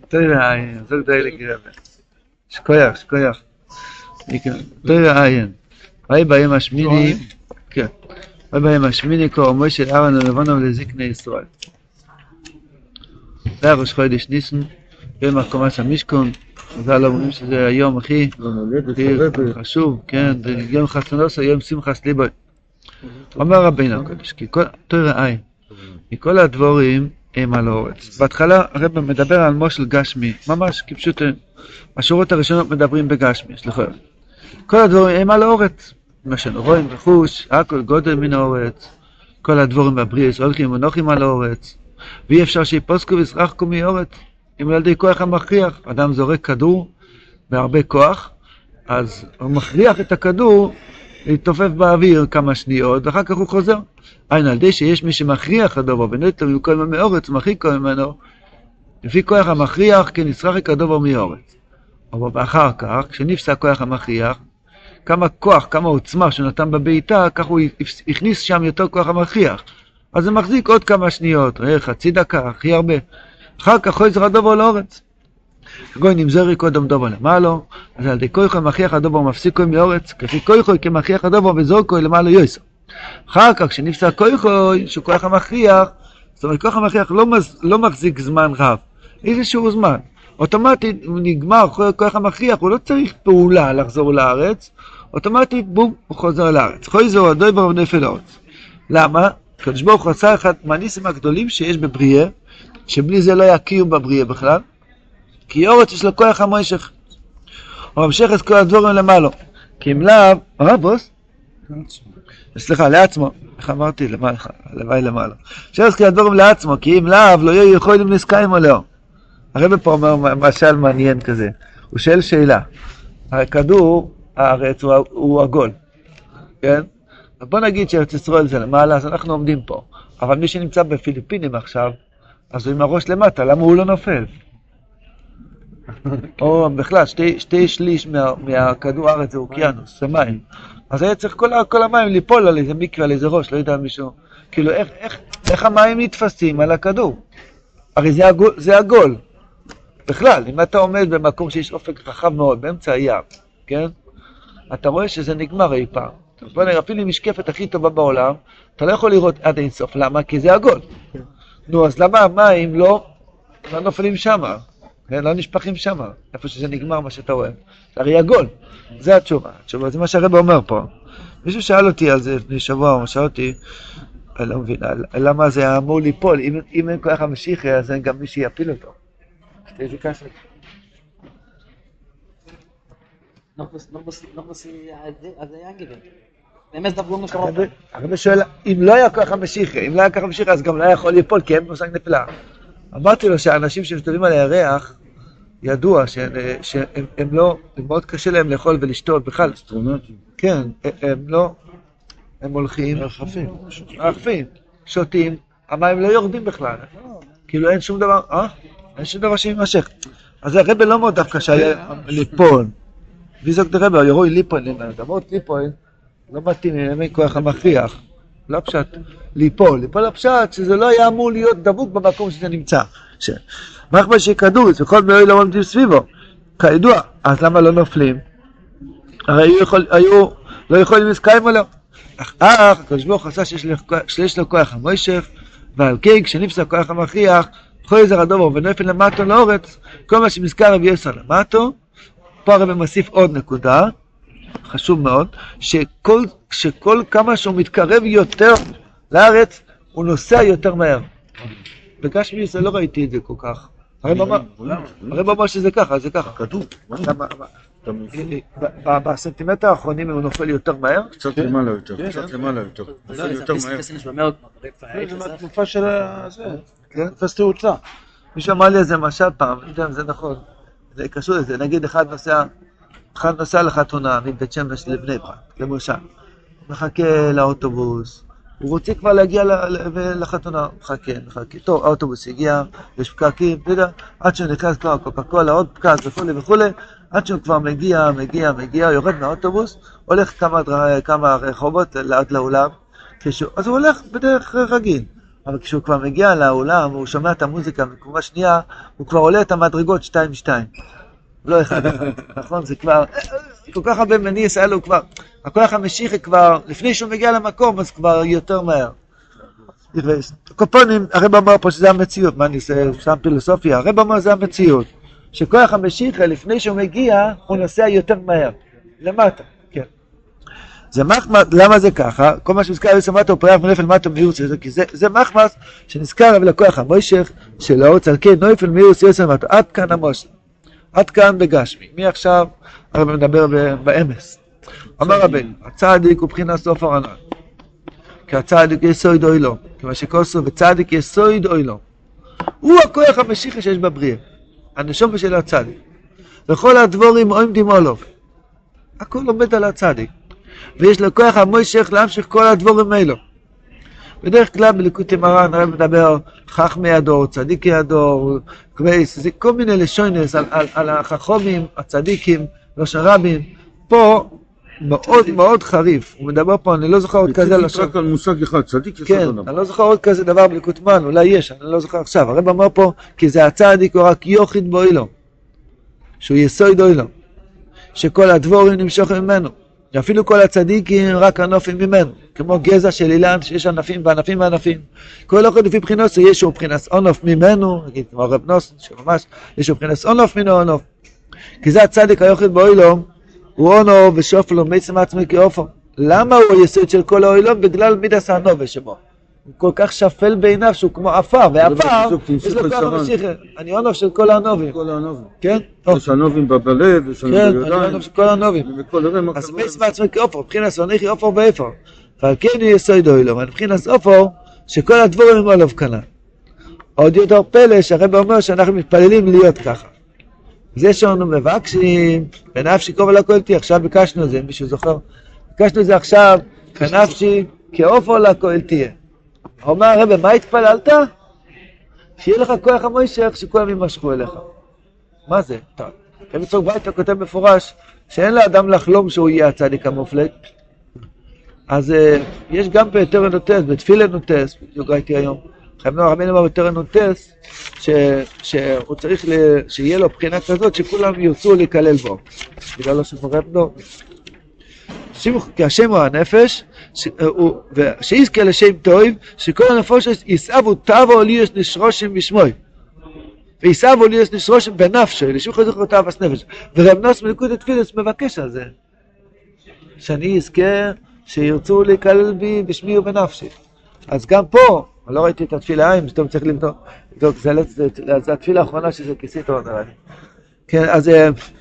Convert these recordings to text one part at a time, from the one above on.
תראה עין, זאת דיילי גרבה. שכוייך. תראה עין. ראי בהם השמיני, כן. ראי בהם השמיני קורא מוישה אהרון ולבנון לזקני ישראל. זה ראש חודש ניסן, יום הקומץ המשכון, אז לא אומרים שזה היום הכי חשוב, כן, זה יום חסנוס, יום שמחס ליבוי. אומר רבינו הקודש, כי תראה עין, מכל הדבורים הם על האורץ. בהתחלה הרב מדבר על מושל גשמי, ממש כפשוט השורות הראשונות מדברים בגשמי, סליחה. כל הדבורים הם על האורץ, מה שנרואים וחוש, הכל גודל מן האורץ, כל הדבורים בבריאס הולכים ונוחים על האורץ, ואי אפשר שיפוסקו וישרחקו מאורץ, אם על ידי כוח המכריח. אדם זורק כדור בהרבה כוח, אז הוא מכריח את הכדור להתעופף באוויר כמה שניות, ואחר כך הוא חוזר. על ידי שיש מי שמכריח הדבר ונטל מכל מאורץ, מרחיק ממנו, לפי כוח המכריח כן ישרחק הדבר מאורץ. אבל אחר כך, כשנפסק כוח המכריח, כמה כוח, כמה עוצמה שנתן בביתה, כך הוא הכניס שם יותר כוח המכריח. אז זה מחזיק עוד כמה שניות, חצי דקה, הכי הרבה. אחר כך חוזר הדבר לאורץ. כגון נמזרי קודם דבר למעלו, אז על ידי כוח המכריח הדבר מפסיקו מאורץ, כפי כוח כמכריח הדבר וזורקו למעלו יויסו. אחר כך כשנפסק כוח שהוא כוח המכריח, זאת אומרת כוח המכריח לא מחזיק זמן רב, איזשהו זמן. אוטומטית הוא נגמר כוח המכריח, הוא לא צריך פעולה לחזור לארץ, אוטומטית בום, הוא חוזר לארץ. חוזר הדבר ונפל לארץ. למה? הקדוש ברוך הוא עשה אחד מהניסים הגדולים שיש בבריאה, שבלי זה לא היה קיום בבריאה בכלל, כי אורץ יש לו כוח המושך. הוא ממשיך את כל הדבורים למעלה. כי אם לאו, בוס? סליחה, לעצמו. איך אמרתי? למעלה. ממשיך את כל הדבורים לעצמו, כי אם לאו לא יהיו יכולים לסקיים עליו. הרב פה אומר משל מעניין כזה. הוא שואל שאלה. הכדור, הארץ הוא עגול. כן? בוא נגיד שארץ ישראל זה למעלה, אז אנחנו עומדים פה. אבל מי שנמצא בפיליפינים עכשיו, אז הוא עם הראש למטה, למה הוא לא נופל? או בכלל, שתי שליש מהכדור הארץ זה אוקיינוס, זה מים. אז היה צריך כל המים ליפול על איזה מקרה, על איזה ראש, לא יודע מישהו. כאילו, איך המים נתפסים על הכדור? הרי זה עגול. בכלל, אם אתה עומד במקום שיש אופק רחב מאוד, באמצע הים, כן? אתה רואה שזה נגמר אי פעם. בוא נראה, אפילו משקפת הכי טובה בעולם, אתה לא יכול לראות עד אין סוף. למה? כי זה עגול. נו, אז למה המים לא נופלים שמה? לא נשפכים שמה, איפה שזה נגמר מה שאתה רואה. זה הרי עגול. זה התשובה. זה מה שהרב אומר פה. מישהו שאל אותי על זה לפני שבוע, הוא שאל אותי, אני לא מבין, למה זה אמור ליפול? אם אין כוח המשיח, אז אין גם מי שיפיל אותו. שתי קשה. הרב שואל, אם לא היה כוח המשיח, אז גם לא יכול ליפול, כי אין מושג נפלא. אמרתי לו שהאנשים שמסתובבים על הירח, ידוע שהם לא, מאוד קשה להם לאכול ולשתות בכלל. אסטרונאוטים. כן, הם הולכים, רחפים, שותים, המים לא יורדים בכלל. כאילו אין שום דבר שימשך. אז הרב לא מאוד דווקא שהיה ליפול. ויזוק דרב, ירוי ליפול, למרות ליפול, לא מתאים עם כוח המכריח. לא פשט, ליפול הפשט שזה לא היה אמור להיות דבוק במקום שזה נמצא. מה אכפת שכדור, וכל מאוי לא עומדים סביבו, כידוע, אז למה לא נופלים? הרי לא יכולים לסקיים עליו. אך הקדוש ברוך הוא עשה שיש לו כוח המושך, ועל כן כשנפסק כוח המכריח, חוזר הדבר ונופל למטו לאורץ, כל מה שמזכר רבי יוסף למטו. פה הרב מוסיף עוד נקודה, חשוב מאוד, שכל כמה שהוא מתקרב יותר לארץ, הוא נוסע יותר מהר. בגשמי זה לא ראיתי את זה כל כך. הרב אמר שזה ככה, זה ככה. כתוב. בסנטימטר האחרונים הוא נופל יותר מהר? קצת למעלה יותר. יותר מהר. זה מהתקופה של זה. תפס תאוצה. מישהו אמר לי איזה משל פעם, אני יודע אם זה נכון. זה קשור לזה, נגיד אחד נוסע לחתונה מבית שמש לבני ברק, למשל. מחכה לאוטובוס, הוא רוצה כבר להגיע לחתונה, מחכה. טוב, האוטובוס הגיע, יש פקקים, אתה יודע, עד שהוא נכנס כבר קוקה קולה, עוד פקק וכו', עד שהוא כבר מגיע, יורד מהאוטובוס, הולך כמה רחובות עד לאולם, אז הוא הולך בדרך רגיל. אבל כשהוא כבר מגיע לאולם, הוא שומע את המוזיקה בקומה שנייה, הוא כבר עולה את המדרגות 2-2. לא אחד. נכון? זה כבר, כל כך הרבה מניס היה לו כבר, הכוח המשיחי כבר, לפני שהוא מגיע למקום, אז כבר יותר מהר. קופונים, הרב אמר פה שזה המציאות, מה אני עושה? שם פילוסופיה, הרב אמר זה המציאות. שכוח המשיחי, לפני שהוא מגיע, הוא נוסע יותר מהר. למטה, כן. זה מחמס, למה זה ככה? כל מה שנזכר לסמטה הוא פריח מנפל מטה מיורס, כי זה מחמס שנזכר אבל לכוח המוישך שלו, צלקי נויפל מיורס יוסר מטה, עד כאן המושל, עד כאן בגשמי. מי עכשיו? הרב מדבר באמס. אמר רבנו, הצדיק הוא בחינת סוף הרנן, כי הצדיק יסוד אוילו, כמה שכוסו וצדיק יסוד אוילו. הוא הכוח המשיחי שיש בבריאה, הנשום של הצדיק. וכל הדבורים עומדים עליו. הכל עומד על הצדיק. ויש לו כוח המושך להמשיך כל הדבורים האלו. בדרך כלל בליקוטי מרן הרב מדבר חכמי הדור, צדיקי הדור, זה כל מיני לשונס על החכמים, הצדיקים, לשון רבים. פה מאוד מאוד חריף. הוא מדבר פה, אני לא זוכר עוד כזה לשון. רק על מושג אחד, צדיק כן, אני לא זוכר עוד כזה דבר בליקוט מרן, אולי יש, אני לא זוכר עכשיו. הרב אמר פה, כי זה הצדיק הוא רק יוחיד באוילו, שהוא יסוד אוילו, שכל הדבורים נמשוך ממנו. אפילו כל הצדיקים רק ענפים ממנו, כמו גזע של אילן שיש ענפים וענפים וענפים. כל אחד לפי בחינות יש הוא בחינת ענף ממנו, נגיד כמו הרב נוס, שממש יש הוא בחינת ענף ממנו ענף. כי זה הצדיק היחיד באוילום, הוא ענו ושופל לו מעצם עצמי כאופו. למה הוא היסוד של כל האוילום? בגלל מידס הנובה שבו. הוא כל כך שפל בעיניו שהוא כמו עפר, והעפר יש לו כוח המשיחי. אני ענף של כל הנובים. כל הנובים. כן? יש הנובים בלב, יש הנובים בידיים. כן, אני ענף של כל הנובים. אז מעצם עצמי כאופו, מבחינת סוניחי אופו ואיפו. ועל כן הוא יסוד אוילום. מבחינת אופו, שכל הדבורים הם עליו כנ"ל. עוד יותר פלא שהרב אומר שאנחנו מתפללים להיות ככה. זה שאנו מבקשים, בנפשי קרוב לכל תהיה, עכשיו ביקשנו את זה, מישהו זוכר? ביקשנו את זה עכשיו, בנפשי כאופו לכל תהיה. אומר הרב, מה התפללת? שיהיה לך כוח המושך שכולם ימשכו אליך. מה זה? טוב. רבי יצחק ברייתא כותב מפורש שאין לאדם לחלום שהוא יהיה הצדיק המופלג. אז יש גם ביתר נוטס, בתפילה נוטס, בדיוק ראיתי היום. חייבנו הרבינו אמר ביתר נוטס, שהוא צריך שיהיה לו בחינה כזאת שכולם ירצו להיכלל בו. בגלל לא שפורבנו. כי השם הוא הנפש, שיזכה לשם טוב, שכל הנפש יסעבו טבו ליוס נשרושים בשמוי. ויסעבו ליוס נשרושים בנפשו, לשום חזוך אותה אבס נפש. ורב נוס מלכות התפילס מבקש על זה. שאני אזכה שירצו להיכלל בי בשמי ובנפשי. אז גם פה, אני לא ראיתי את התפילה העין, שאתם צריך לבדוק, זה התפילה האחרונה שזה כיסית עוד עליי. כן, אז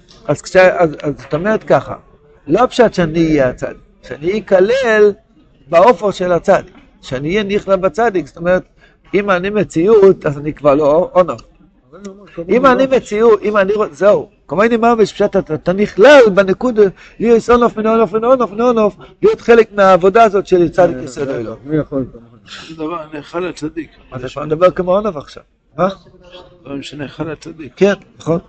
זאת אומרת ככה, לא פשט שאני אהיה הצדיק, שאני אכלל באופו של הצדיק, שאני אהיה נכנע בצדיק, זאת אומרת, אם אני מציאות, אז אני כבר לא עונף. אם אני מציאות, זהו, כמו אני ממש, פשט אתה נכלל בנקוד, להיות עונף מן עונף מן עונף מן עונף, להיות חלק מהעבודה הזאת של צדיק יסוד אלוהים. מי יכול? זה דבר, נאכל הצדיק. אז אפשר לדבר כמו עונף עכשיו. מה? לא משנה, נאכל הצדיק. כן, נכון.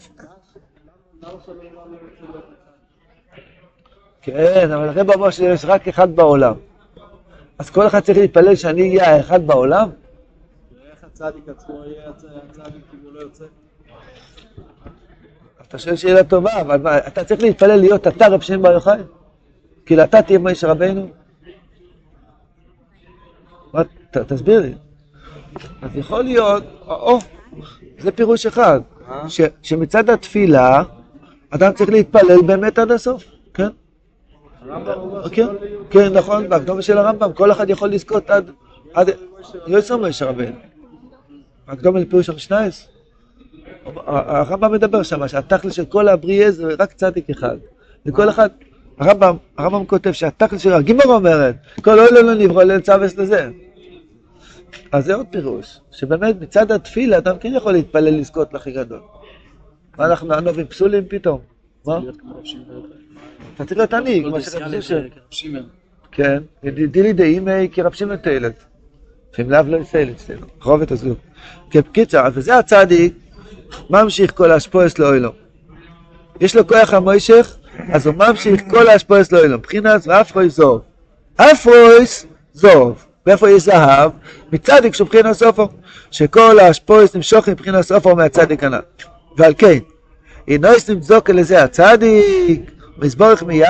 כן, אבל הרב אמר שיש רק אחד בעולם. אז כל אחד צריך להתפלל שאני אהיה האחד בעולם? איך הצדיק עצמו יהיה הצדיק אם הוא לא יוצא? אתה שואל שאלה טובה, אבל אתה צריך להתפלל להיות אתה רב שם בר יוחאי? כאילו אתה תהיה מוישה רבנו? תסביר לי. אז יכול להיות, זה פירוש אחד, שמצד התפילה אדם צריך להתפלל באמת עד הסוף, כן? כן, נכון, בהקדומה של הרמב"ם, כל אחד יכול לזכות עד יוסר מוישה רבנו. בהקדומה לפירוש המשנייס. הרמב"ם מדבר שם, שהתכל'ס של כל הבריאה זה רק צדיק אחד. וכל אחד, הרמב"ם כותב שהתכל'ס של הגימור אומרת, כל אוי לא נברוא לצוות לזה. אז זה עוד פירוש, שבאמת מצד התפילה אדם כן יכול להתפלל לזכות לכי גדול. מה אנחנו ענובים פסולים פתאום? מה? אתה צריך להיות עני, כמו שרב שימר. כן, דילי דאימי כי רב שימר תהילת. שאם לאו לא יסייל אצלנו, חרוב את הזלוק. כפקיצה, וזה הצדיק, ממשיך כל השפועס לאוילום. יש לו כוח המוישך, אז הוא ממשיך כל השפועס לאוילום. בחינס ואפרויס זוב. אפרויס זוב. ואיפה יש זהב? מצדיק שהוא בחינת סופו, שכל השפויס נמשוך מבחינת סופו מהצדיק הנ"ל. ועל כן, אינוס נמצוק לזה הצדיק, מסבורך מיד.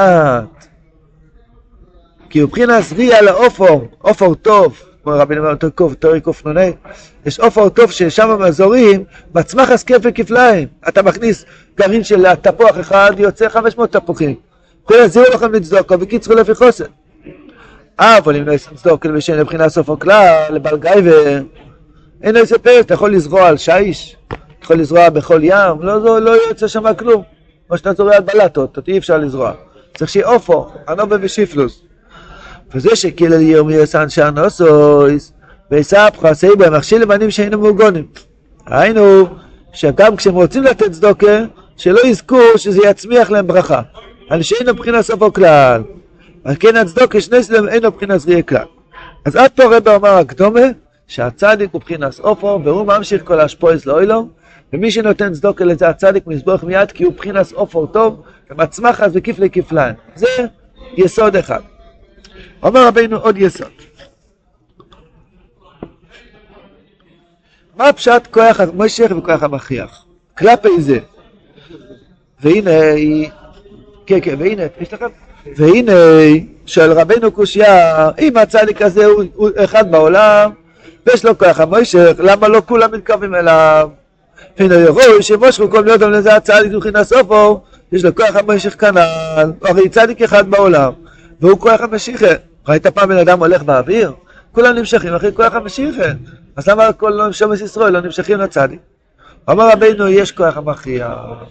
כי הוא בחינת זריע לאופור, אופור טוב, כמו רבי נאמר תורי קופנוני, יש אופור טוב ששם מהזורים, מצמח הסקף וכפליים. אתה מכניס גרעין של תפוח אחד, יוצא 500 תפוחים. כולה זירו לכם לצדוקו וקיצרו לפי חוסן. אבל אם לא יש צדוקו ושאין לבחינת סופו כלל, לבעל גייבר, אין איזה פרס, אתה יכול לזרוע על שיש, אתה יכול לזרוע בכל ים, לא יוצא שם כלום. כמו שאתה זורע על בלטות, אי אפשר לזרוע. צריך שיהיה אופו, אנובה ושיפלוס. וזה שכאילו ירמיוס אנשי הנוסויס, ויספחה סייבה, מכשיל לבנים שהיינו מעוגונים. היינו, שגם כשהם רוצים לתת צדוקה, שלא יזכו שזה יצמיח להם ברכה. על שאין מבחינת סופו כלל. על כן הצדוקה שני סלם אין מבחינת זריע כלל. אז עד פה רבי אומר הקדומה, שהצדיק הוא מבחינת סופו, והוא ממשיך כל השפויס לאוילום, ומי שנותן צדוקה לזה הצדיק מסבורך מיד, כי הוא מבחינת סופו טוב, ומצמח אז וכפלי כפליים. זה יסוד אחד. אומר רבינו עוד יסוד. מה פשט כוח המשיח וכוח המכריח? כלפי זה. והנה, והנה, של רבינו קושיה, אם הצדיק הזה הוא אחד בעולם, ויש לו כוח המשיח, למה לא כולם מתקרבים אליו? והנה יראו שמושכו כל מיודם לזה הצדיק מבחינת סופו, יש לו כוח המשיח כנ"ל, הרי צדיק אחד בעולם, והוא כוח המשיח. ראית פעם בן אדם הולך באוויר? כולם נמשכים אחרי כוח המשיח. אז למה כל שומש ישראל לא נמשכים לצדיק? אמר רבינו, יש כוח המכריח.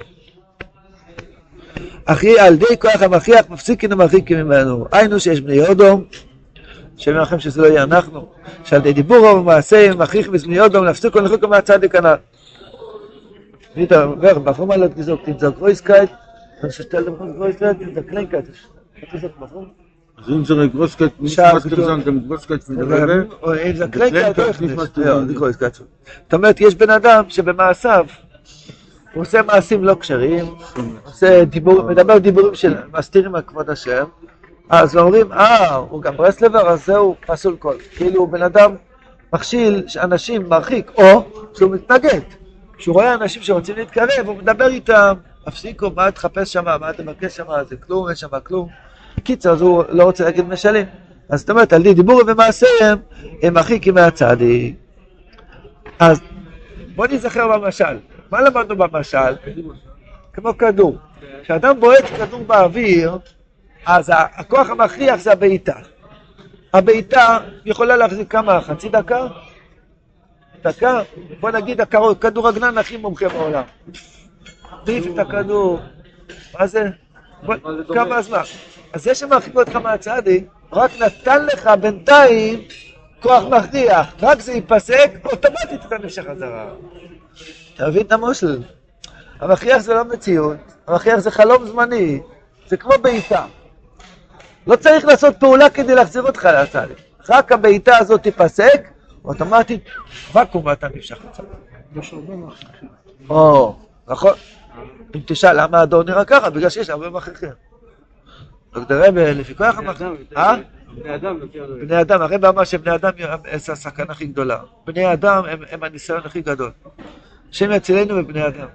אחרי על די כוח המכריח מפסיקים ומרחיקים ממנו. היינו שיש בני אודום, שמנחם שזה לא יהיה אנחנו, שעל די דיבורו ומעשה מכריח בני אודום, נפסיקו לחוקו מהצדיק הנ"ל. ואתה אומר, בפרום על התגזוק, תנזוק רויסקייט, תנשתל דמכון רויסקייט, תנזוק קלינקייט. תנזוק בפרום? אז אם זה גרוסקייט, נשמעת כבזן, גם גרוסקייט מדרבה, אם זה קלינקייט, זאת אומרת, יש בן אדם שבמעשיו, הוא עושה מעשים לא כשרים, מדבר דיבורים של מסתירים על כבוד השם, אז אומרים, הוא גם ברסלבר, אז זהו פסול כל. כאילו בן אדם מכשיל שאנשים מרחיק, או שהוא מתנגד. כשהוא רואה אנשים שרוצים להתקרב, הוא מדבר איתם, הפסיקו, מה תחפש שם, מה תבקש שם, זה כלום, אין שם כלום. קיצר, אז הוא לא רוצה להגיד משלים. אז זאת אומרת, על די דיבורים ומעשיהם, הם מרחיקים מהצדיק. אז בוא נזכר במשל. מה למדנו במשל? כמו כדור. כשאדם בועט כדור באוויר, אז הכוח המכריח זה הבעיטה. הבעיטה יכולה להחזיק כמה? חצי דקה? דקה? בוא נגיד הכדור הגנן הכי מומחה בעולם. מעיף את הכדור. מה זה? כמה זמן? אז זה שמרחיק אותך מהצדיק, רק נתן לך בינתיים כוח מכריח. רק זה ייפסק, אוטומטית אתה נמשך חזרה. אתה מבין את המושל? המכריח זה לא מציאות, המכריח זה חלום זמני, זה כמו בעיטה. לא צריך לעשות פעולה כדי להחזיר אותך לצדיק. רק הבעיטה הזאת תיפסק, אוטומטית וקום ואתה נמשך לצדיק. נכון. אם תשאל למה הדור נראה ככה, בגלל שיש הרבה מכריחים. תראה לפי כוח המכריח. בני אדם, הרי אמר שבני אדם הם הסכנה הכי גדולה. בני אדם הם הניסיון הכי גדול. השם יצילנו בבני אדם.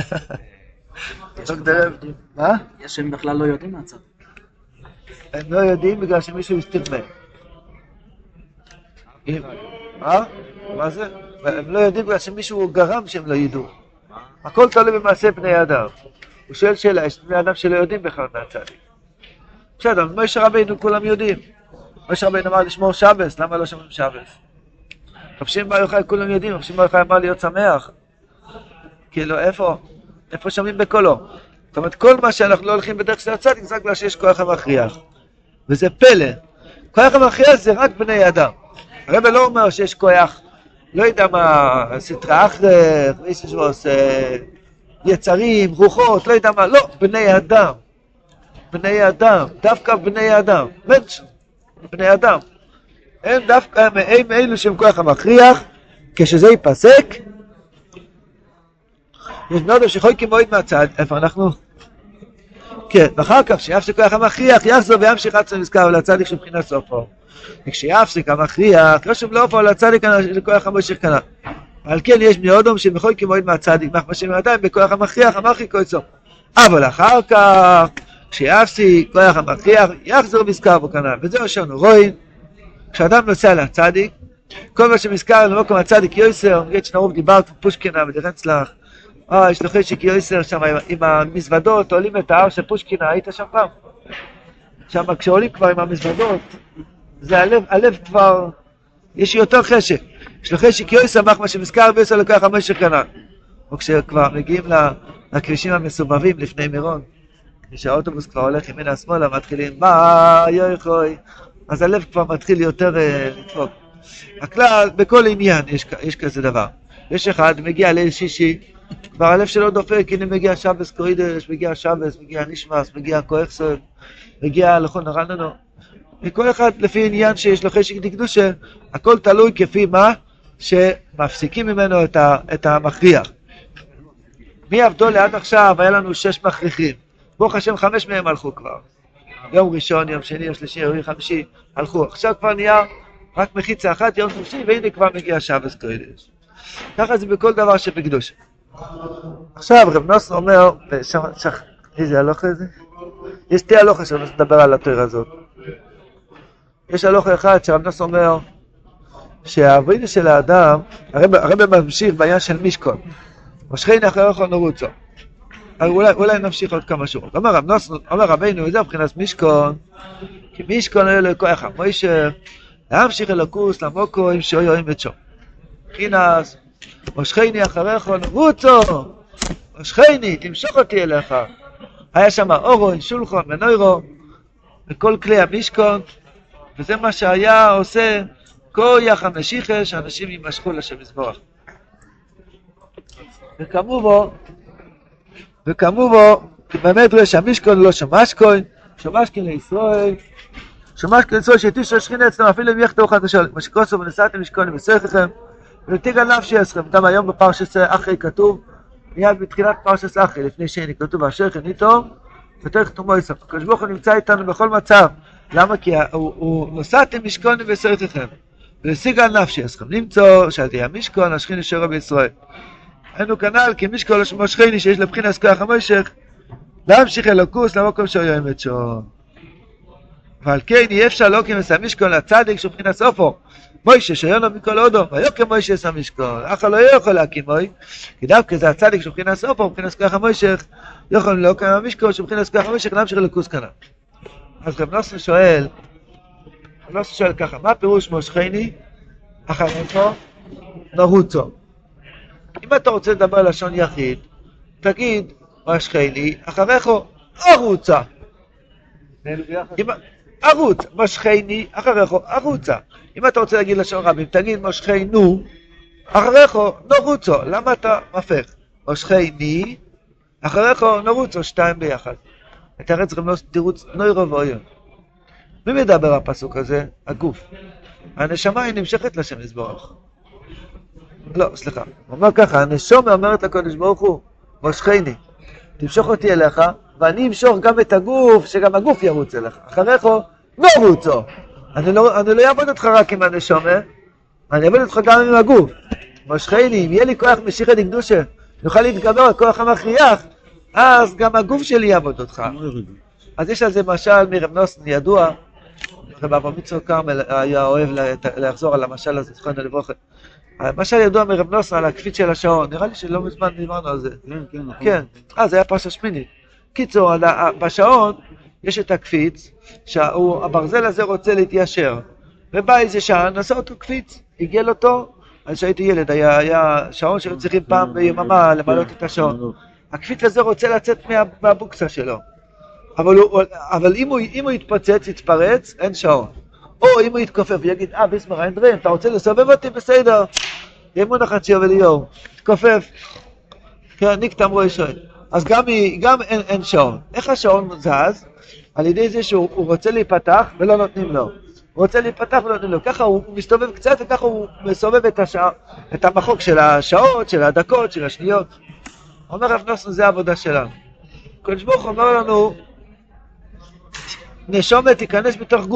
מה? יש שהם בכלל לא יודעים מהצד. הם לא יודעים בגלל שמישהו הסתיר מהם. מה זה? הם לא יודעים בגלל שמישהו גרם שהם לא ידעו. הכל תלוי במעשה בני אדם. הוא שואל שאלה, יש בני אדם שלא יודעים בכלל מהצדיק. בסדר, משה רבינו כולם יודעים. משה רבינו אמר לשמור שבס, למה לא שומרים שבס? חפשים בר יוחאי כולם יודעים, חפשים בר יוחאי אמר להיות שמח. כאילו איפה שומעים בקולו? זאת אומרת, כל מה שאנחנו לא הולכים בדרך של הצדיק, זה רק בגלל שיש כוח המכריח. וזה פלא. כוח המכריח זה רק בני אדם. הרב לא אומר שיש כוח, לא יודע מה, סטרה אחרת, יצרים, רוחות, לא יודע מה, לא, בני אדם. בני אדם, דווקא בני אדם. בני אדם. הם דווקא, הם אלו שהם כוח המכריח, כשזה ייפסק, יש מאוד שחויקים מועד מהצד, איפה אנחנו? כן, ואחר כך שיפסיק כוח המכריח, יחזור וימשיך עד שנזכר לצדיק של בחינת סופו. וכשיפסיק המכריח, רשום לא פעול לצדיק לכוח המשיך כנ"ל. על כן יש בני אדם שבכל כמועד מהצדיק, מחמשם עדיין בכוח המכריח, המרחיק כל צום. אבל אחר כך, כשיפסיק כוח המכריח, יחזור מזכר בו כנ"ל. וזהו שאנו רואים, כשאדם נוסע לצדיק, כל מה שמזכר למקום הצדיק יויסר, נגיד שנרוב דיברת פושקינה ודרנצלח, יש לו חשק יויסר שם עם המזוודות, עולים את ההר של פושקינה, היית שם פעם? שם כשעולים כבר עם המזוודות, זה הלב כבר, יש יותר חשק. יש לו חשק יויסר, מה שמזכר ויויסר לכוח המשך כנ"ל. או כשכבר מגיעים לכבישים המסובבים לפני מירון, כשהאוטובוס כבר הולך ימינה שמאלה, מתחילים, מה יויכוי, אז הלב כבר מתחיל יותר לדפוק. הכלל, בכל עניין יש כזה דבר. יש אחד, מגיע ליל שישי, כבר הלב שלו דופק, הנה מגיע שבס קוידש, מגיע שבס, מגיע נשמס, מגיע כוח מגיע לכון הרננו. וכל אחד לפי עניין שיש לו חשק דקדושה, הכל תלוי כפי מה שמפסיקים ממנו את המכריח. מי עבדו לעד עכשיו? היה לנו 6 מכריחים. ברוך השם 5 מהם הלכו כבר. יום ראשון, יום שני, יום שלישי, יום חמישי, הלכו. עכשיו כבר נהיה רק מחיצה אחת, יום שלישי, והנה כבר מגיע שבס קודש. ככה זה בכל דבר שבקדוש. עכשיו רב נוסר אומר, איזה הלוכה זה? יש 2 הלוכה שאני רוצה לדבר על התורה הזאת. יש הלוכה אחד שרב נוסר אומר, שהעבודה של האדם, הרב ממשיך בעניין של משכון. משכין אחריך נרוצו. אולי נמשיך עוד כמה שורות. אומר רב נוסר, אומר רבינו, זה מבחינת משכון, כי משכון היה לו כוח המוישה, להמשיך אלוקוס למוקוים שאוהים את שום. מבחינת, משכיני אחריך נרוצו, משכיני, תמשוך אותי אליך. היה שם אורון, שולחון, מנוירו, וכל כלי המשכון, וזה מה שהיה עושה כוח המשיכה, שאנשים יימשכו לשם יזברך. וקמו בו, באמת רואה שהמשכון לא שמשכון, שמשכון לישראל, שמשכון לישראל שתיש השכינה אצלם, אפילו אם יחתו אחד לשאול, כמו שכוסו ונשאתם משכונים וסריככם, ונתיג על נפשי אסכם, גם היום בפרשת אחרי כתוב, מיד בתחילת פרשת אחרי, לפני שני כתוב, אשר חניתו, ותוך תומו יסף. הקדוש ברוך הוא נמצא איתנו בכל מצב. למה? כי הוא נשאתם משכונים וסריככם, ולהשיג על נפשי אסכם, למצוא שעדי המשכון, השכין ישרה בישראל. היינו כנ"ל, כי משכון משכיני שיש לבחינס כוח המשך, להמשיך אלוקוס למקום שאוהים את שום. ועל כן אי אפשר לא כמס המשכון לצדיק שהוא מבחינת אופו. מוישה שיונו מכל אודו, ויוקם מוישה יש המשכון. אחר לא יכול להקים מוי, כי דווקא זה הצדיק שהוא מבחינת אופו, מבחינת כוח המשך, יכול להוקם המשכון שהוא מבחינת כוח המשך, להמשיך אלוקוס כנ"ל. אז רב נוסר שואל ככה, מה פירוש משכיני? אחריך נרוצו. אם אתה רוצה לדבר לשון יחיד, תגיד, משכיני, אחריך ארוצה. ערוץ, משכיני, אחריך ערוצה. אם אתה רוצה להגיד לשון רבים, תגיד משכינו, אחריך נרוצו. למה אתה מפך? משכיני, אחריך נרוצו, 2 ביחד. את הרץ רמנוס תירוץ נוירו ואויון. מי מדבר הפסוק הזה? הגוף. הנשמה היא נמשכת לשם יזברך. לא, סליחה. הוא אומר ככה, הנשמה אומרת לקודש ברוך הוא, משכיני, תמשוך אותי אליך, ואני אמשוך גם את הגוף, שגם הגוף ירוץ אליך. אחריך נרוצו. אני לא אעבוד אותך רק עם הנשמה, אני אעבוד אותך גם עם הגוף. משכיני, אם יהיה לי כוח משיחא דקדושה, נוכל להתגבר על כוח המכריח, אז גם הגוף שלי יעבוד אותך. אז יש על זה משל מרב נוסן ידוע, רב אברהם יצחק כרמל היה אוהב לחזור על המשל הזה, זכרנו לברכה. המשל ידוע מרב נוסן על הקפיץ של השעון, נראה לי שלא מזמן דיברנו על זה. כן, זה היה פרשה שמינית. קיצור, בשעון יש את הקפיץ, שהברזל הזה רוצה להתיישר. ובא איזה שעון, עשה אותו קפיץ, הגיע לו, אז שהייתי ילד, היה שעון שהיו צריכים פעם ביממה למלות את השעון. הקפיץ הזה רוצה לצאת מהבוקסה שלו. אבל אם הוא יתפרץ, אין שעון. או אם הוא יתכופף ויגיד, ביסמר, אין דברים, אתה רוצה לסובב אותי? בסדר. ימון החצי וליאור, תתכופף. כן, ניקת אמרו ישוי. אז גם אין שעון. איך השעון זז? על ידי זה שהוא רוצה להיפתח ולא נותנים לו. הוא רוצה להיפתח ולא נותנים לו. ככה הוא מסתובב קצת וככה הוא מסובב את המחוק של השעות, של הדקות, של השניות. אומר רב נוסן, זה העבודה שלנו. קדוש ברוך הוא אומר לנו, נשומת תיכנס בתוך גוף.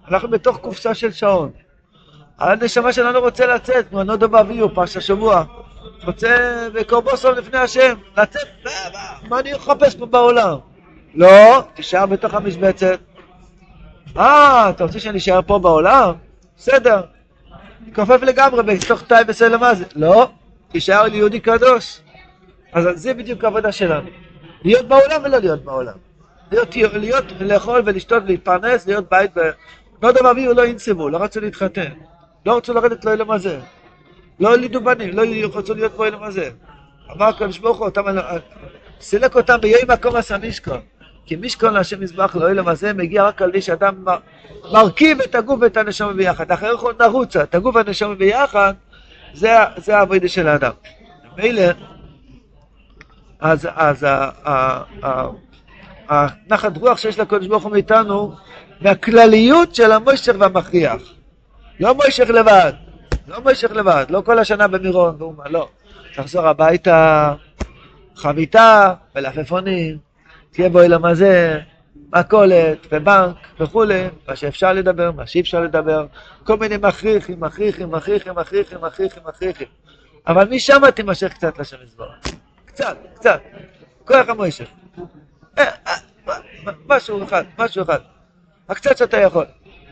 אנחנו בתוך קופסה של שעון. הנשמה שלנו רוצה לצאת, כמו נודו באביהו, פרש השבוע. רוצה בקורבוסום לפני השם, לצאת, מה אני אחפש פה בעולם? לא, תישאר בתוך המשבצת. אתה רוצה שאני אשאר פה בעולם? בסדר. כופף לגמרי, בתוך תאי בסלם מה זה? לא, תישאר ליהודי קדוש. אז זה בדיוק העבודה שלנו. להיות בעולם ולא להיות בעולם. להיות לאכול ולשתות ולהתפרנס, להיות בית נודו באביהו לא ינסבו, לא רצו להתחתן. לא רצו לרדת לאילם הזה. לא הולידו בנים, לא רצו להיות פה אילם הזה. אמר הקדוש ברוך הוא, סילק אותם ביהי מקום עשה משכון. כי משכון להשם מזבח לאילם הזה מגיע רק על די שאדם מרכיב את הגוף ואת הנשמה ביחד. אחרי כל נרוצה, את הגוף והנשמה ביחד, זה העבודה של האדם. מילא, אז הנחת רוח שיש לקדוש ברוך הוא מאיתנו, מהכלליות של המוישך והמכריח. לא מוישך לבד, לא כל השנה במירון, ואומה, לא. תחזור הביתה, חביתה ולעפפונים, תהיה בו אילם הזה, מכולת ובנק וכולי, מה שאפשר לדבר, מה שאי אפשר לדבר, כל מיני מכריחים. אבל משם תימשך קצת לשם יזברך. קצת. כוח המוישך. משהו אחד. הקצת שאתה יכול.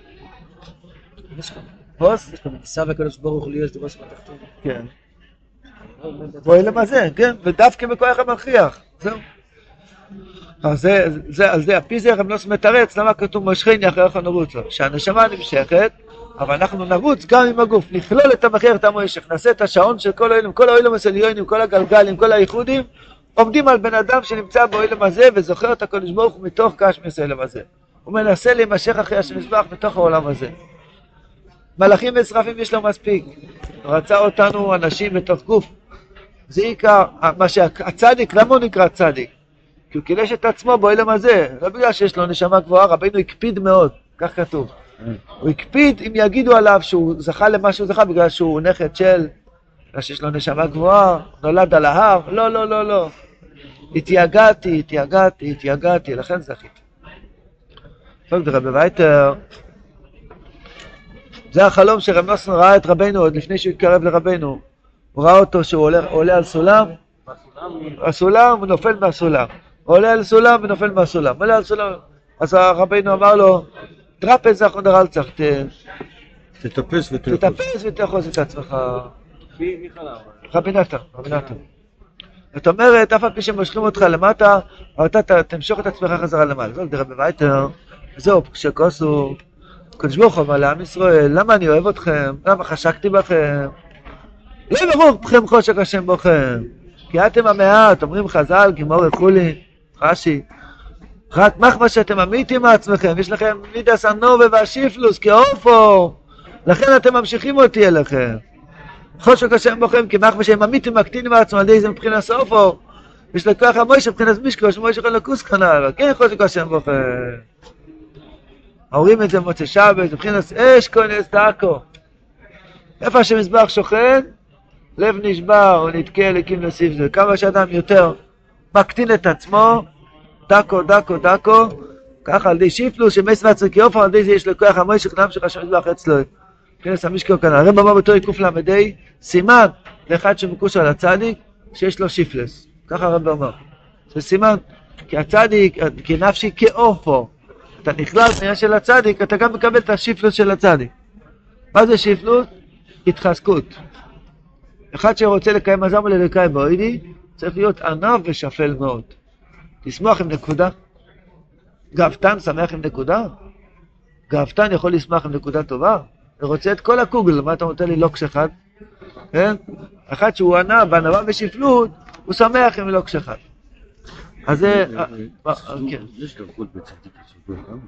בוס? יש פה מנסה והקדוש ברוך הוא להיות ראש בתחתון. כן. בוא אילם הזה, כן? ודווקא בכוח המכריח. זהו. אז זה הפיזר הם לא מתרץ, למה כתוב משכני אחריך נרוץ לו? שהנשמה נמשכת, אבל אנחנו נרוץ גם עם הגוף, נכלול את המחיר, את המוישך, נעשה את השעון של כל האוילם הסליונים, כל הגלגלים, כל הייחודים, עומדים על בן אדם שנמצא באוילם הזה, וזוכר את הקדוש ברוך הוא מתוך קשמיס האוילם הזה. הוא מנסה להימשך אחרי השם יזבח בתוך העולם הזה. מלאכים ושרפים יש לו מספיק, רצה אותנו אנשים בתוך גוף. זה עיקר, מה שהצדיק, למה הוא נקרא צדיק? כי הוא קילש את עצמו באילם הזה, לא בגלל שיש לו נשמה גבוהה, רבינו הקפיד מאוד, כך כתוב. הוא הקפיד אם יגידו עליו שהוא זכה למה שהוא זכה, בגלל שהוא נכד של, בגלל שיש לו נשמה גבוהה, נולד על ההר, לא. התייגעתי, לכן זכיתי. טוב, רבי וייטר, זה החלום שרב נוסון ראה את רבינו עוד לפני שהוא התקרב לרבינו. הוא ראה אותו שהוא עולה על סולם, הסולם הוא נופל מהסולם. עולה על סולם ונופל מהסולם. עולה על סולם. אז רבינו אמר לו, דרפס זה אחונדר אל צריך, תטפס ותאחוז את עצמך. רבי נתן. זאת אומרת, אף על פי שמושכים אותך למטה, אבל אתה תמשוך את עצמך חזרה למעלה. זאת רבי וייטר, זהו, כשכוסו, קדוש ברוך הוא אמר לעם ישראל, למה אני אוהב אתכם? למה חשקתי בכם? לא יברוך בכם חושק השם בכם. כי אתם המעט, אומרים חז"ל, גימור וכולי, רש"י. רק מחמה שאתם אמיתים מעצמכם, יש לכם מידס הנובה והשיפלוס כאופו, לכן אתם ממשיכים אותי אליכם. חושק השם בכם, כי מחמה שהם אמיתים מקטינים מעצמם, על ידי זה מבחינת סופו. יש לכוח המוישה מבחינת משקו, שמוישה יכול לקוס כנראה, כן חושק השם בכם. אומרים את זה מוצא שבת, מבחינת אש כונס דקו. איפה שמזבח שוכן, לב נשבר, הוא נתקה אליקים נוסיף זה. כמה שאדם יותר מקטין את עצמו, דקו, ככה על ידי שיפלוס, שמס ועצר כאופן, על ידי זה יש לכוח המוישך נמשך השם מזבח אצלו. כנס המשקו כאן, הרב אמר בתור יקוף למדי, סימן לאחד שמקוש על הצדיק, שיש לו שיפלס. ככה הרב אמר. זה סימן, כי הצדיק, כי נפשי כאופו. אתה נכלל בעניין של הצדיק, אתה גם מקבל את השיפלוס של הצדיק. מה זה שיפלוס? התחזקות. אחד שרוצה לקיים מזם ולקיים באוידי, צריך להיות ענב ושפל מאוד. תשמח עם נקודה. גאוותן שמח עם נקודה? גאוותן יכול לשמח עם נקודה טובה? אני רוצה את כל הקוגל, מה אתה נותן לי לוקש אחד? כן? אחד שהוא ענב, בענבה ושפלות, הוא שמח עם לוקש אחד. אז זה... כן. יש דרכות בצדיק יסודו גם?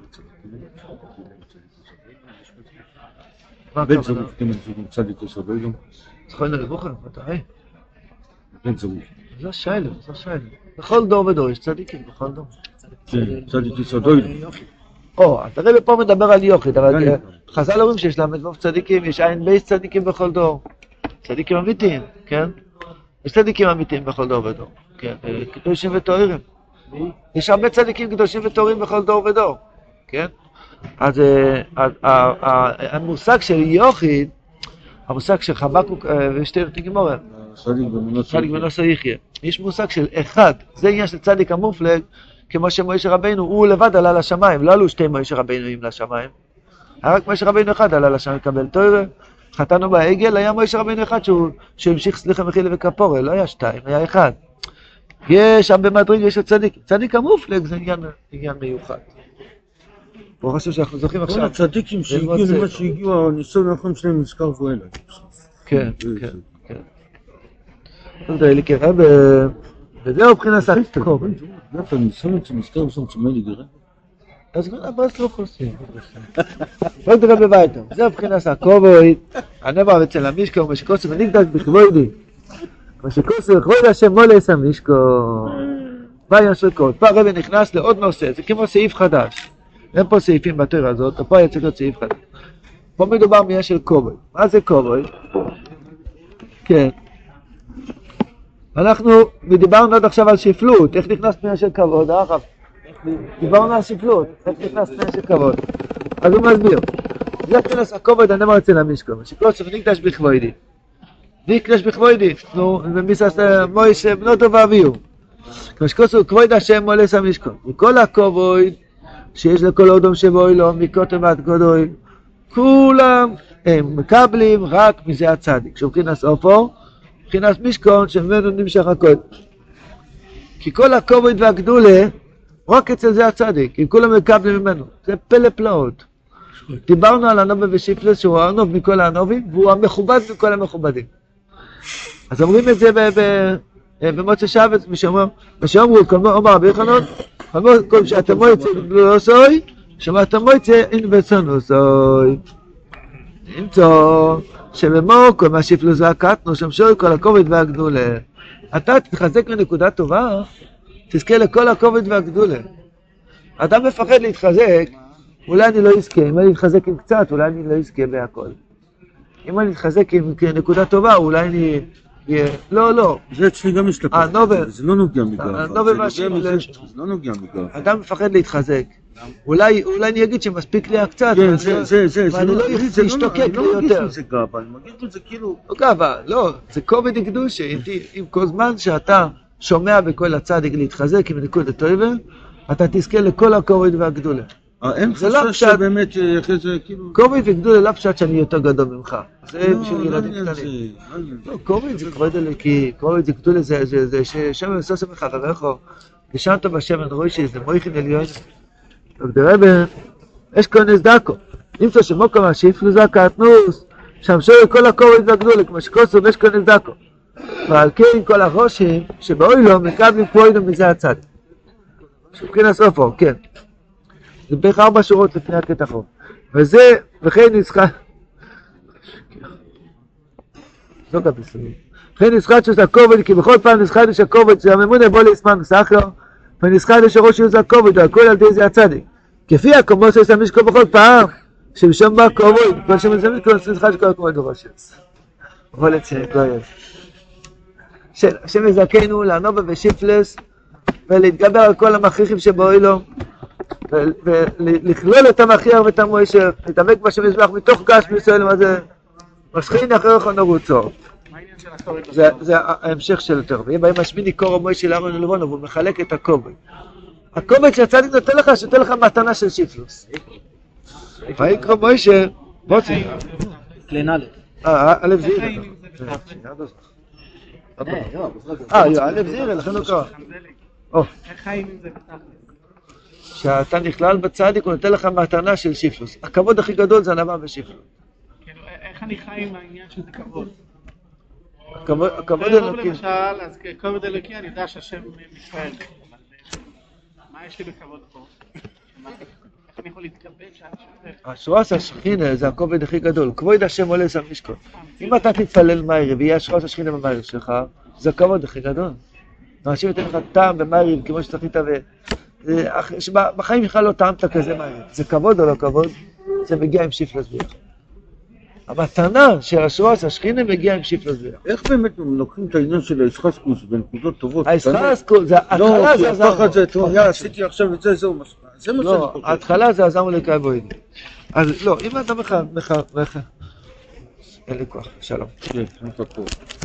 בן זרוף, כן, צדיק יסודו גם? זכוי לרבוכם, אתה רואה? בן זרוף. זה שיילה. בכל דור ודור יש צדיקים, בכל דור. כן, צדיק יסודו. אתה רואה פה מדבר על יוחיד, אבל חז"ל אומרים שיש להם את צדיקים, יש עין בייס צדיקים בכל דור. צדיקים אמיתיים, כן? יש צדיקים אמיתיים בכל דור ודור, כן? קדושים וטהורים. יש הרבה צדיקים קדושים וטהורים בכל דור ודור, כן? אז המושג של יוחיד, המושג של חבקוק ושתי תגמורה, צדיק בנוסו יחיה, יש מושג של אחד, זה עניין של צדיק המופלג, כמו שמשה רבינו, הוא לבד עלה לשמיים, לא עלו שתי משה רבינו לשמיים, רק משה רבינו אחד עלה לשמיים לקבל תורה, חתנו בעגל, היה משה רבינו אחד שהמשיך סליחה מחילה וכפורה, לא היה שתיים, היה אחד. יש שם במדרגה של צדיק, צדיק המופלג זה עניין מיוחד. הוא חושב שאנחנו זוכים עכשיו. כל הצדיקים שהגיעו למה שהגיעו, הניסון האחרון שלהם נזכר ואלה. כן, כן, כן. תודה לי כרב, וזהו מבחינת הקובל. דווקא הניסון שנזכר ושם צמא לי גרה. אז גם הבאס לא חוסים. בוא תראה בביתה, זהו מבחינת הקובל, הנבע אצל המשקו ומשקוסו ונקדש בכבודי. משקוסו וכבוד השם מולס המשקו. בעיה של קוד, פה הרב נכנס לעוד נושא, זה כמו סעיף חדש. אין פה סעיפים בתורה הזאת, פה יצא להיות סעיף חדש. פה מדובר בעניין של כובד. מה זה כובד? כן. אנחנו דיברנו עד עכשיו על שפלות, איך נכנס בעניין של כבוד, הרב? דיברנו על שפלות, איך נכנס בעניין של כבוד. אז הוא מסביר. זה כנס הכובד הנאמר אצל המשקו, משקוסו ונקדש בכבודי. נקדש בכבודי, נו, ומיסס מוישה בנו טוב ואביהו. משקוסו כבוד השם מולס המשקו. וכל הכובד שיש לכל אדם שבוי לו, מקוטם עד גדול, כולם הם מקבלים רק מזה הצדיק. כשבחינס אופו, בחינס משכון, שממנו נמשך הכל. כי כל הכובד והגדולה, רק אצל זה הצדיק, אם כולם מקבלים ממנו. זה פלא פלאות. דיברנו על הנובה ושיפלס, שהוא הנוב מכל הנובים, והוא המכובד מכל המכובדים. אז אומרים את זה במוצא שבת, ושאומרו, כמו רבי יוחנן, כל שאתה מויצא לא סוי, שאתה מויצא אין בצונו סוי. נמצא שבמוקו מה שיפלו זה הקטנו, שמשוי כל הכובד והגדולה. אתה תתחזק לנקודה טובה, תזכה לכל הכובד והגדולה. אדם מפחד להתחזק, אולי אני לא אזכה, אם אני אתחזק עם קצת, אולי אני לא אזכה בהכל. אם אני אתחזק עם נקודה טובה, אולי אני... לא. זה אצלי גם יש לקוח. זה לא נוגע מגרפה. זה לא נוגע מגרפה. אדם מפחד להתחזק. אולי אני אגיד שמספיק לי הקצת, ואני לא אשתוקק לי יותר. זה גאווה, אני מגיד את זה כאילו... לא גאווה, לא, זה כובד הקדושה. אם כל זמן שאתה שומע בכל הצדיק להתחזק עם נקודת טובה, אתה תזכה לכל הכובד והגדולה. אין חשש שבאמת אחרי זה כאילו... כובד וגדולה לא פשט שאני יותר גדול ממך. זה בשביל ילדים קטנים. לא, כובד זה כבוד אלוקי, כובד זה גדולה, זה ששם וסוסם מחבריך, ושמת בשמן רואי שזה מויכין עליון. ודרבן, יש כונס דקו. נמצא שמוקם השיפלו זה הקטנוס, שם שואל כל הכובד והגדולה, כמו שכוסו ויש כונס דקו. ועל כן כל הראשים שבאוי לו מקבלים פרוידו מזה הצד. שבחין הסופו, כן. זה בערך 4 שורות לפני הקטע חוב. וזה, וכן נזכת... לא כבסרים. וכן נזכת שזה הכובד, כי בכל פעם נזכת שהכובד, שהממונה בוא להסמן נסחר, ונזכת שראש שזה הכובד, הכל על די זה הצדיק. כפי הקומו שעושה משקו בכל פעם, שבשום בה כובד, כל שמזה משקו נזכת שכל הכובד בראש. אבל אצלנו, לא יש. השם יזכנו לענובה ושיפלס, ולהתגבר על כל המכריחים שבאוי לו, ולכלול את המחיר ואת המוישר, להתאבק בשם יזבח מתוך גש בישראל, מה זה? מסכין אחרי לך נרוצו. זה ההמשך של יותר. ואם באים משמיני קור המוישר לארון ולבונו, והוא מחלק את הכובד. הכובד שהצדיק נותן לך, שנותן לך מתנה של שיפלוס. ויקרא מוישר, בוצי. קלן א'. א' זעירה. א' זעירה, לכן לא קרא. איך חיים עם זה בתכל'ס? שאתה נכלל בצדיק, הוא נותן לך מתנה של שיפלוס. הכבוד הכי גדול זה הנבא בשיפלוס. איך אני חי עם העניין שזה כבוד? הכבוד אלוקי. למשל, אז כבוד אלוקי אני יודע שהשם מתפעל. מה יש לי בכבוד פה? איך אני יכול להתקבל שהשם... השרוס השכינה זה הכבוד הכי גדול. כבוד השם עולה שם משקול. אם אתה תתפלל מהירי ויהיה השרוס השכינה במהירי שלך, זה הכבוד הכי גדול. אנשים ייתן לך טעם במהירי כמו שצריכית בחיים בכלל לא טעמת כזה מהר. זה כבוד או לא כבוד? זה מגיע עם שיפלוס ביחד. המתנה של השרוס השכינה מגיע עם שיפלוס ביחד. איך באמת לוקחים את העניין של הישחסקוס בנקודות טובות? הישחסקוס, זה התחלה זה לא, כי הפחד זה, יאללה, עשיתי עכשיו את זה, זהו, זה מה שאני לא, חושב. ההתחלה זה עזרנו לקייבויד. אז לא, אם אתה אין לי כוח, שלום. כן, אני פה.